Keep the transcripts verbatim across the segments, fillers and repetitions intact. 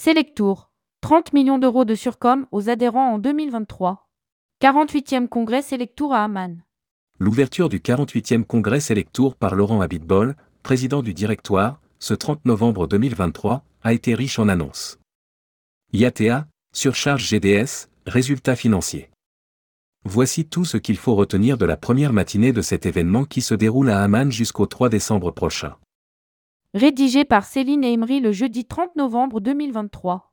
Selectour, trente millions d'euros de surcom aux adhérents en deux mille vingt-trois. quarante-huitième congrès Selectour à Amman. L'ouverture du quarante-huitième congrès Selectour par Laurent Abitbol, président du directoire, ce trente novembre deux mille vingt-trois, a été riche en annonces. I A T A, surcharge G D S, résultats financiers. Voici tout ce qu'il faut retenir de la première matinée de cet événement qui se déroule à Amman jusqu'au trois décembre prochain. Rédigé par Céline et Emery le jeudi trente novembre deux mille vingt-trois.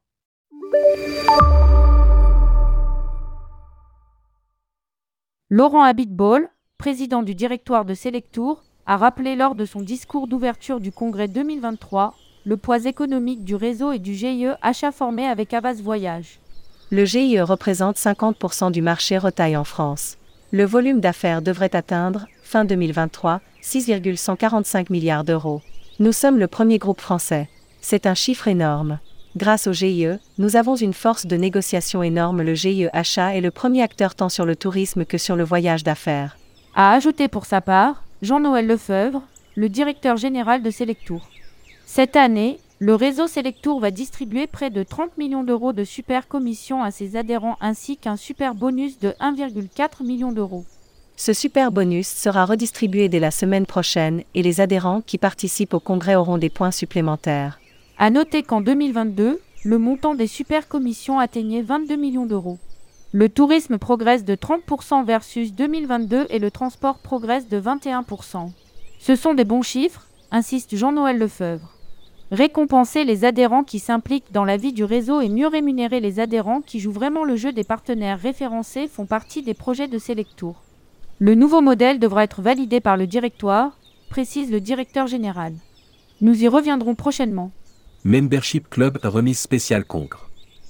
Laurent Abitbol, président du directoire de Selectour, a rappelé lors de son discours d'ouverture du congrès deux mille vingt-trois le poids économique du réseau et du G I E achat formé avec Havas Voyage. Le G I E représente cinquante pour cent du marché retail en France. Le volume d'affaires devrait atteindre, fin deux mille vingt-trois, six virgule cent quarante-cinq milliards d'euros. Nous sommes le premier groupe français. C'est un chiffre énorme. Grâce au G I E, nous avons une force de négociation énorme. Le G I E Achat est le premier acteur tant sur le tourisme que sur le voyage d'affaires. A ajouté pour sa part Jean-Noël Lefebvre, le directeur général de Selectour. Cette année, le réseau Selectour va distribuer près de trente millions d'euros de super commissions à ses adhérents ainsi qu'un super bonus de un virgule quatre million d'euros. Ce super bonus sera redistribué dès la semaine prochaine et les adhérents qui participent au congrès auront des points supplémentaires. À noter qu'en deux mille vingt-deux, le montant des super commissions atteignait vingt-deux millions d'euros. Le tourisme progresse de trente pour cent versus deux mille vingt-deux et le transport progresse de vingt et un pour cent. Ce sont des bons chiffres, insiste Jean-Noël Lefebvre. Récompenser les adhérents qui s'impliquent dans la vie du réseau et mieux rémunérer les adhérents qui jouent vraiment le jeu des partenaires référencés font partie des projets de Selectour. Le nouveau modèle devra être validé par le directoire, précise le directeur général. Nous y reviendrons prochainement. Membership Club remise spéciale Congre.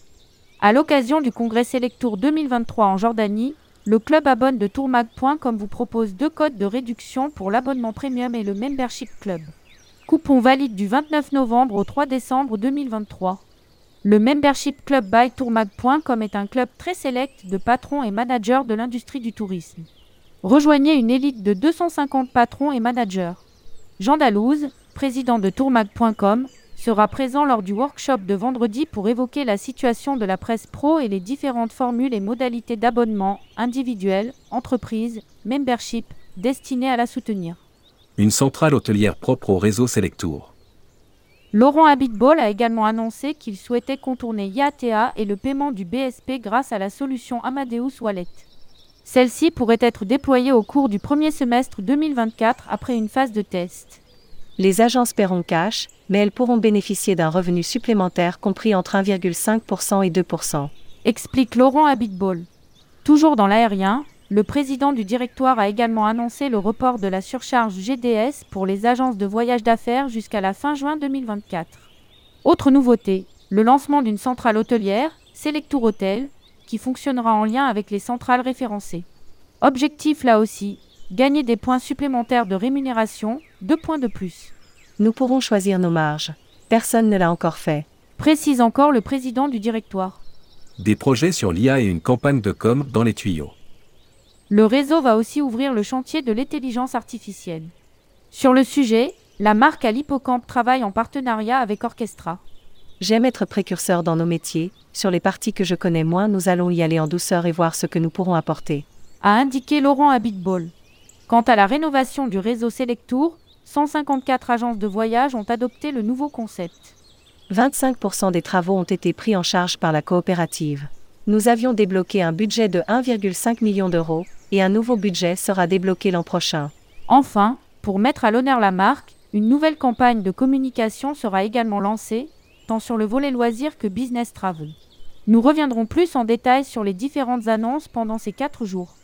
À l'occasion du congrès Selectour deux mille vingt-trois en Jordanie, le club abonne de tourmag point com vous propose deux codes de réduction pour l'abonnement premium et le Membership Club. Coupon valide du vingt-neuf novembre au trois décembre deux mille vingt-trois. Le Membership Club by tourmag point com est un club très sélect de patrons et managers de l'industrie du tourisme. Rejoignez une élite de deux cent cinquante patrons et managers. Jean Dalouse, président de tourmag point com, sera présent lors du workshop de vendredi pour évoquer la situation de la presse pro et les différentes formules et modalités d'abonnement, individuel, entreprise, membership, destinées à la soutenir. Une centrale hôtelière propre au réseau Selectour. Laurent Abitbol a également annoncé qu'il souhaitait contourner I A T A et le paiement du B S P grâce à la solution Amadeus Wallet. Celle-ci pourrait être déployée au cours du premier semestre deux mille vingt-quatre après une phase de test. Les agences paieront cash, mais elles pourront bénéficier d'un revenu supplémentaire compris entre un virgule cinq pour cent et deux pour cent. Explique Laurent Abitbol. Toujours dans l'aérien, le président du directoire a également annoncé le report de la surcharge G D S pour les agences de voyage d'affaires jusqu'à la fin juin deux mille vingt-quatre. Autre nouveauté, le lancement d'une centrale hôtelière, Selectour Hotel, qui fonctionnera en lien avec les centrales référencées. Objectif là aussi, gagner des points supplémentaires de rémunération, deux points de plus. Nous pourrons choisir nos marges. Personne ne l'a encore fait. Précise encore le président du directoire. Des projets sur l'I A et une campagne de com dans les tuyaux. Le réseau va aussi ouvrir le chantier de l'intelligence artificielle. Sur le sujet, la marque à l'Hippocampe travaille en partenariat avec Orchestra. J'aime être précurseur dans nos métiers. Sur les parties que je connais moins, nous allons y aller en douceur et voir ce que nous pourrons apporter. A indiqué Laurent Abitbol. Quant à la rénovation du réseau Selectour, cent cinquante-quatre agences de voyage ont adopté le nouveau concept. vingt-cinq pour cent des travaux ont été pris en charge par la coopérative. Nous avions débloqué un budget de un virgule cinq million d'euros et un nouveau budget sera débloqué l'an prochain. Enfin, pour mettre à l'honneur la marque, une nouvelle campagne de communication sera également lancée, tant sur le volet loisirs que business travel. Nous reviendrons plus en détail sur les différentes annonces pendant ces quatre jours.